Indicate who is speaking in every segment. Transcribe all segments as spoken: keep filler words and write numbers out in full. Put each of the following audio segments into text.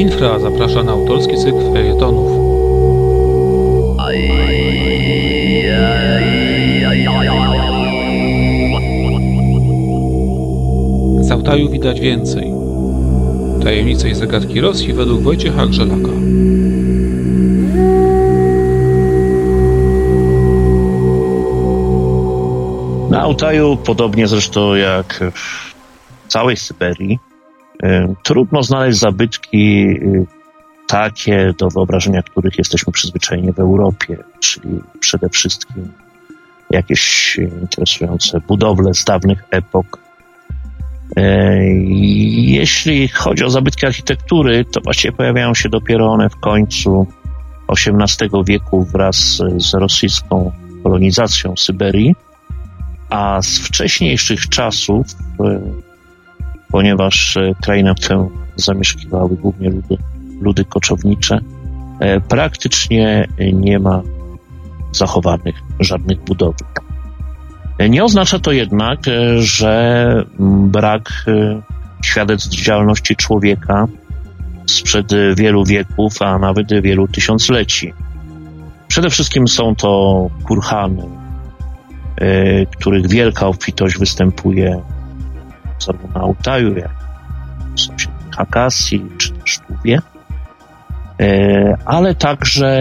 Speaker 1: Infra zaprasza na autorski cykl felietonów. Z Altaju widać więcej. Tajemnice i zagadki Rosji według Wojciecha Grzelaka.
Speaker 2: Na Altaju, podobnie zresztą jak w całej Syberii, trudno znaleźć zabytki takie, do wyobrażenia których jesteśmy przyzwyczajeni w Europie, czyli przede wszystkim jakieś interesujące budowle z dawnych epok. Jeśli chodzi o zabytki architektury, to właściwie pojawiają się dopiero one w końcu osiemnastego wieku wraz z rosyjską kolonizacją Syberii, a z wcześniejszych czasów, ponieważ krainę tę zamieszkiwały głównie ludy, ludy koczownicze, praktycznie nie ma zachowanych żadnych budowli. Nie oznacza to jednak, że brak świadectw działalności człowieka sprzed wielu wieków, a nawet wielu tysiącleci. Przede wszystkim są to kurhany, których wielka obfitość występuje zarówno na Altaju, jak w sąsiednich Hakasji, czy też Tuwie, ale także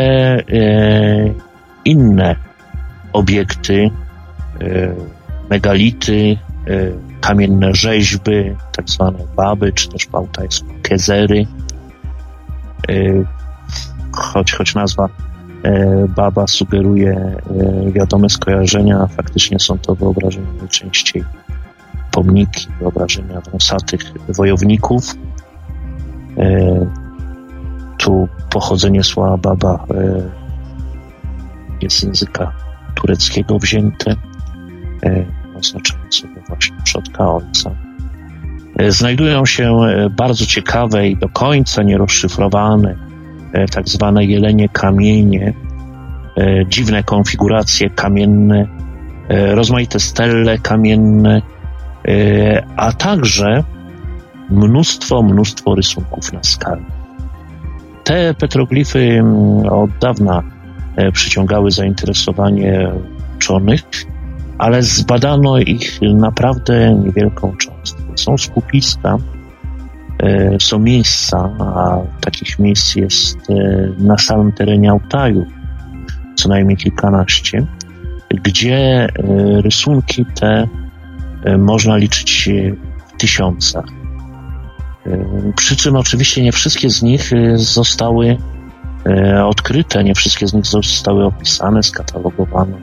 Speaker 2: inne obiekty, megality, kamienne rzeźby, tak zwane baby, czy też po altajsku kezery. Choć, choć nazwa baba sugeruje wiadome skojarzenia, faktycznie są to wyobrażenia najczęściej pomniki, wyobrażenia wąsatych wojowników. Tu pochodzenie słowa baba jest z języka tureckiego wzięte, oznaczającego właśnie przodka ojca. Znajdują się bardzo ciekawe i do końca nierozszyfrowane tak zwane jelenie kamienie, dziwne konfiguracje kamienne, rozmaite stelle kamienne, a także mnóstwo, mnóstwo rysunków na skalę. Te petroglify od dawna przyciągały zainteresowanie uczonych, ale zbadano ich naprawdę niewielką cząstkę. Są skupiska, są miejsca, a takich miejsc jest na samym terenie Altaju co najmniej kilkanaście, gdzie rysunki te można liczyć w tysiącach. Przy czym oczywiście nie wszystkie z nich zostały odkryte, nie wszystkie z nich zostały opisane, skatalogowane.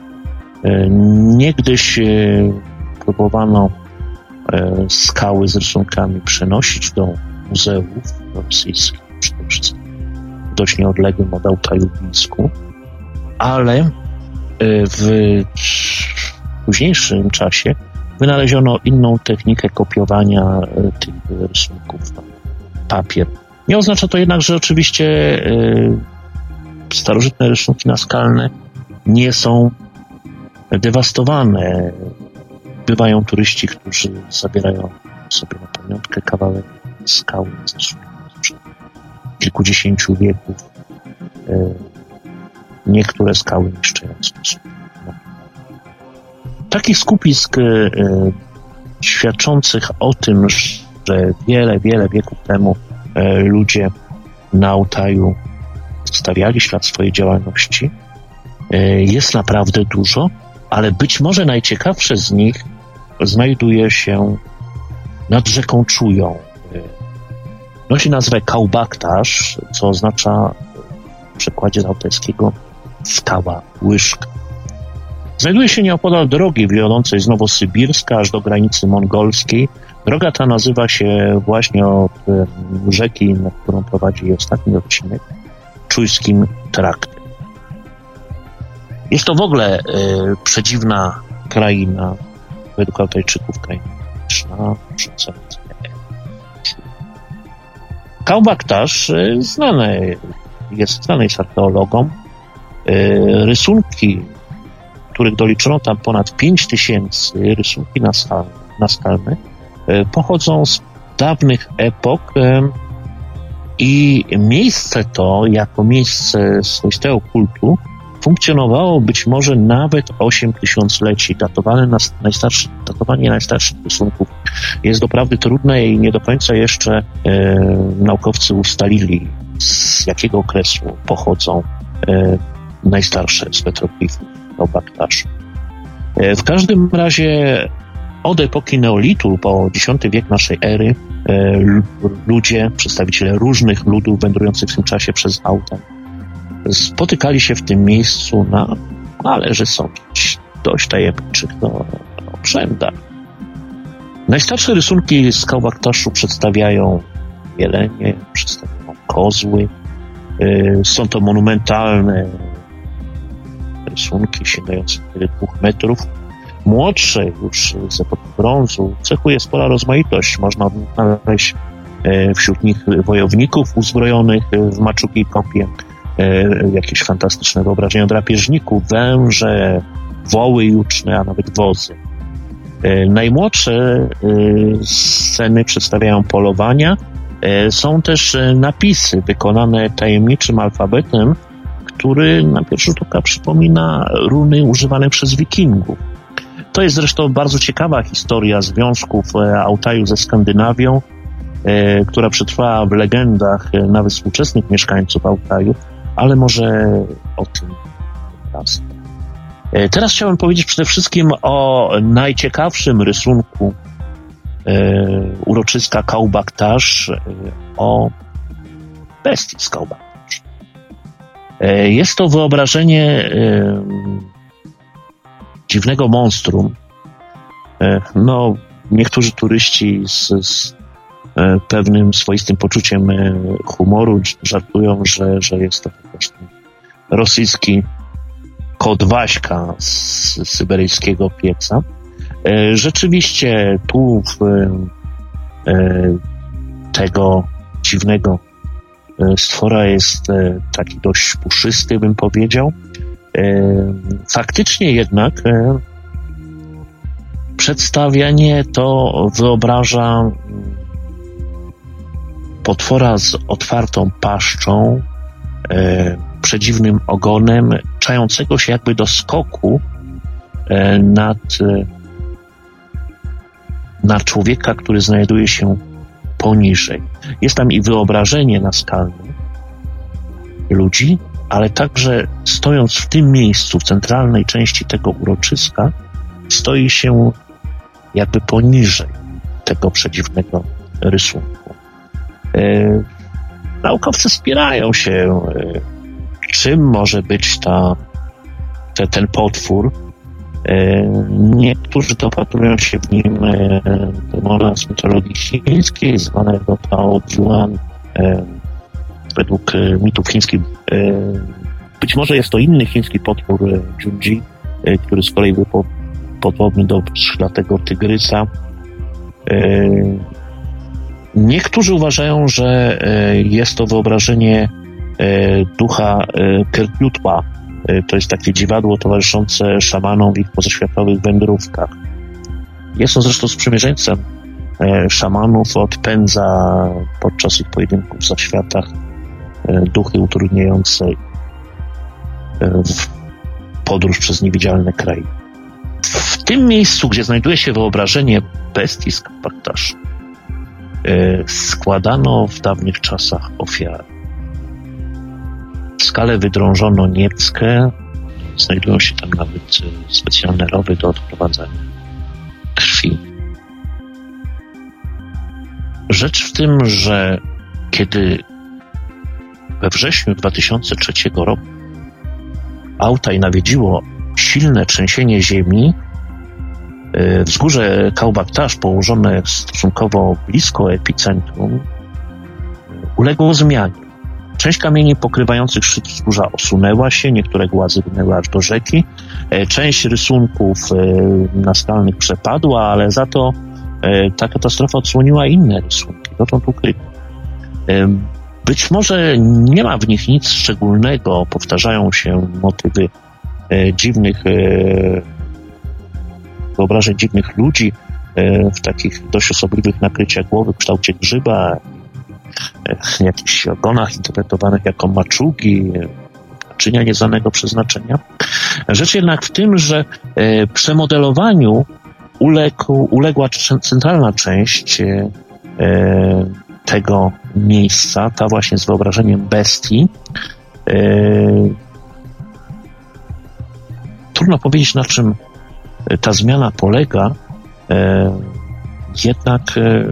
Speaker 2: Niegdyś próbowano skały z rysunkami przenosić do muzeów rosyjskich, przede wszystkim w dość nieodległym od Altaju blisku, ale w późniejszym czasie wynaleziono inną technikę kopiowania tych rysunków na papier. Nie oznacza to jednak, że oczywiście starożytne rysunki naskalne nie są dewastowane. Bywają turyści, którzy zabierają sobie na pamiątkę kawałek skały sprzed kilkudziesięciu wieków. Niektóre skały niszczają w sposób. Takich skupisk świadczących o tym, że wiele, wiele wieków temu ludzie na Altaju zostawiali ślad swojej działalności, jest naprawdę dużo, ale być może najciekawsze z nich znajduje się nad rzeką Czują. Nosi nazwę Kaubaktaż, co oznacza w przekładzie z altajskiego skała, łyżka. Znajduje się nieopodal drogi wiodącej z Nowosybirska aż do granicy mongolskiej. Droga ta nazywa się właśnie od rzeki, na którą prowadzi ostatni odcinek, Czujskim Traktem. Jest to w ogóle y, przedziwna kraina, według Altajczyków kraina etniczna. Kaubaktaż y, znany jest, znany jest archeologom. Y, rysunki, których doliczono tam ponad pięć tysięcy, rysunki naskalne, naskalne y, pochodzą z dawnych epok, y, I miejsce to, jako miejsce swoistego kultu, funkcjonowało być może nawet osiem tysiącleci. Datowane nas, najstarszy, datowanie najstarszych rysunków jest doprawdy trudne i nie do końca jeszcze e, naukowcy ustalili, z jakiego okresu pochodzą e, najstarsze z petroglifów Kaubaktasz. E, w każdym razie od epoki neolitu po dziesiąty wiek naszej ery e, ludzie, przedstawiciele różnych ludów wędrujących w tym czasie przez Altaj spotykali się w tym miejscu na, należy sądzić, dość tajemniczych no, obrzędach. Najstarsze rysunki z Kaubaktaszu przedstawiają jelenie, przedstawiają kozły. Yy, są to monumentalne rysunki sięgające dwóch metrów. Młodsze już z epoki brązu cechuje spora rozmaitość. Można odnaleźć yy, wśród nich wojowników uzbrojonych w maczugi i kopie, jakieś fantastyczne wyobrażenia drapieżników, węże, woły juczne, a nawet wozy. Najmłodsze sceny przedstawiają polowania. Są też napisy wykonane tajemniczym alfabetem, który na pierwszy rzut oka przypomina runy używane przez wikingów. To jest zresztą bardzo ciekawa historia związków Altaju ze Skandynawią, która przetrwała w legendach nawet współczesnych mieszkańców Altaju, ale może o tym teraz. Teraz chciałem powiedzieć przede wszystkim o najciekawszym rysunku e, uroczyska Kaubaktasz, e, o bestii z Kaubaktasz. E, jest to wyobrażenie e, dziwnego monstrum. E, no, niektórzy turyści z, z pewnym swoistym poczuciem humoru żartują, że, że jest to po prostu rosyjski kot Waśka z syberyjskiego pieca. Rzeczywiście tu w tego dziwnego stwora jest taki dość puszysty, bym powiedział. Faktycznie jednak przedstawianie to wyobraża potwora z otwartą paszczą, e, przedziwnym ogonem, czającego się jakby do skoku e, nad, e, nad człowieka, który znajduje się poniżej. Jest tam i wyobrażenie naskalne ludzi, ale także stojąc w tym miejscu, w centralnej części tego uroczyska, stoi się jakby poniżej tego przedziwnego rysunku. E, naukowcy spierają się, e, czym może być ta, te, ten potwór. E, niektórzy dopatrują się w nim e, demona z mitologii chińskiej, zwanego Tao Juan, e, według e, mitów chińskich. E, być może jest to inny chiński potwór e, Junji, e, który z kolei był po, podobny do skrzydlatego tygrysa. E, Niektórzy uważają, że jest to wyobrażenie ducha Kerkutła. To jest takie dziwadło towarzyszące szamanom w ich pozaświatowych wędrówkach. Jest on zresztą sprzymierzeńcem szamanów, odpędza podczas ich pojedynków w zaświatach duchy utrudniające podróż przez niewidzialne kraje. W tym miejscu, gdzie znajduje się wyobrażenie bestii z Kaubaktasz, składano w dawnych czasach ofiary. W skale wydrążono nieckę, znajdują się tam nawet specjalne rowy do odprowadzania krwi. Rzecz w tym, że kiedy we wrześniu dwa tysiące trzeciego roku Altaj nawiedziło silne trzęsienie ziemi, wzgórze Kaubaktasz, położone stosunkowo blisko epicentrum, uległo zmianie. Część kamieni pokrywających szczyt wzgórza osunęła się, niektóre głazy płynęły aż do rzeki, część rysunków naskalnych przepadła, ale za to ta katastrofa odsłoniła inne rysunki, dotąd ukryte. Być może nie ma w nich nic szczególnego, powtarzają się motywy dziwnych wyobrażeń dziwnych ludzi w takich dość osobliwych nakryciach głowy w kształcie grzyba, e, jakichś ogonach interpretowanych jako maczugi, naczynia nieznanego przeznaczenia. Rzecz jednak w tym, że e, przemodelowaniu uległ, uległa centralna część e, tego miejsca, ta właśnie z wyobrażeniem bestii. E, trudno powiedzieć, na czym ta zmiana polega, e, jednak e,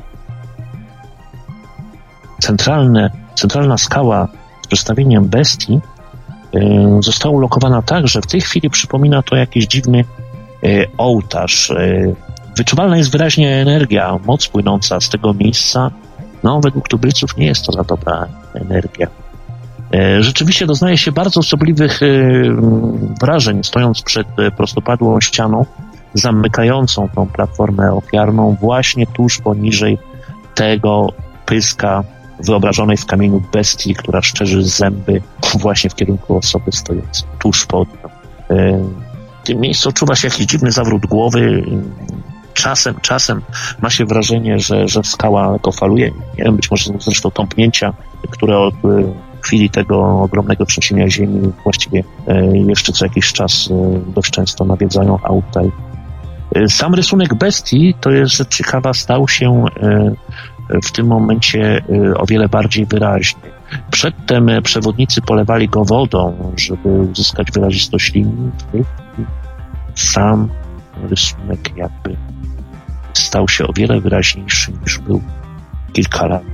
Speaker 2: centralne, centralna skała z przedstawieniem bestii e, została ulokowana tak, że w tej chwili przypomina to jakiś dziwny e, ołtarz. E, wyczuwalna jest wyraźnie energia, moc płynąca z tego miejsca. No, według tubylców nie jest to za dobra energia. E, rzeczywiście doznaje się bardzo osobliwych e, wrażeń, stojąc przed e, prostopadłą ścianą zamykającą tą platformę ofiarną właśnie tuż poniżej tego pyska wyobrażonej w kamieniu bestii, która szczerzy zęby właśnie w kierunku osoby stojącej tuż pod nią. W tym miejscu odczuwa się jakiś dziwny zawrót głowy. Czasem, czasem ma się wrażenie, że, że skała lekko faluje. Nie wiem, być może są zresztą tąpnięcia, które od chwili tego ogromnego trzęsienia ziemi właściwie jeszcze co jakiś czas dość często nawiedzają Altaj. Sam rysunek bestii, to jest rzecz ciekawa, stał się w tym momencie o wiele bardziej wyraźny. Przedtem przewodnicy polewali go wodą, żeby uzyskać wyrazistość linii. Sam rysunek jakby stał się o wiele wyraźniejszy niż był kilka lat.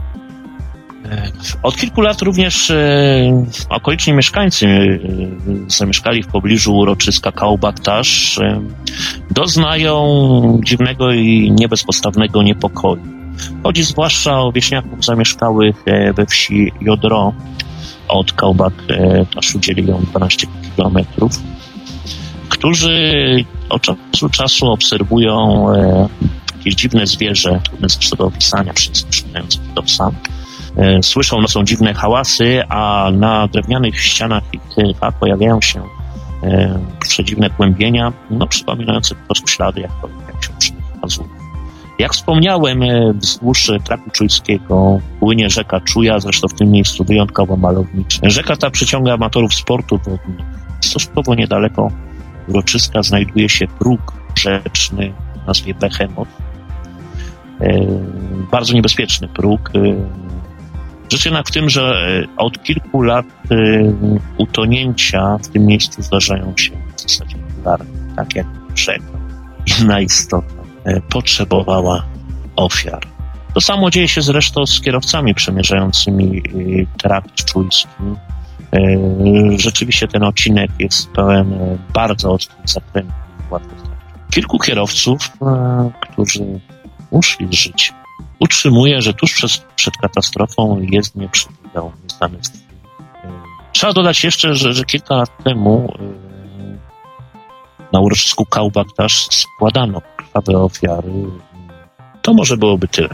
Speaker 2: Od kilku lat również e, okoliczni mieszkańcy e, zamieszkali w pobliżu uroczyska Kaubaktasz e, doznają dziwnego i niebezpodstawnego niepokoju. Chodzi zwłaszcza o wieśniaków zamieszkałych e, we wsi Jodro. Od Kaubaktaszu dzieli ją dwanaście kilometrów, którzy od czasu do czasu obserwują e, jakieś dziwne zwierzę, trudne zresztą do opisania, przypominające do psa. Słyszą nocą dziwne hałasy, a na drewnianych ścianach ich chat pojawiają się e, przedziwne kłębienia, no przypominające po prostu ślady, jak, jak się przykazuje. Jak wspomniałem, e, wzdłuż traku czujskiego płynie rzeka Czuja, zresztą w tym miejscu wyjątkowo malownicza. Rzeka ta przyciąga amatorów sportu wodnych. Stosunkowo niedaleko uroczyska znajduje się próg rzeczny o nazwie Behemoth. E, bardzo niebezpieczny próg. E, Rzecz jednak w tym, że od kilku lat y, utonięcia w tym miejscu zdarzają się w zasadzie regularnie, tak jak rzeka. Inna istota y, potrzebowała ofiar. To samo dzieje się zresztą z kierowcami przemierzającymi y, trakt czujski. Y, rzeczywiście ten odcinek jest pełen y, bardzo ostrych zakrętów. Kilku kierowców, y, którzy uszli z życia, utrzymuje, że tuż przed, przed katastrofą jezdnie przebiegał nieznany stwór. Trzeba dodać jeszcze, że, że kilka lat temu yy, na uroczysku Kaubaktasz składano krwawe ofiary. To może byłoby tyle.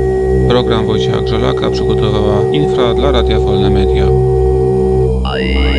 Speaker 1: Program Wojciecha Grzelaka przygotowała Infra dla Radia Wolne Media.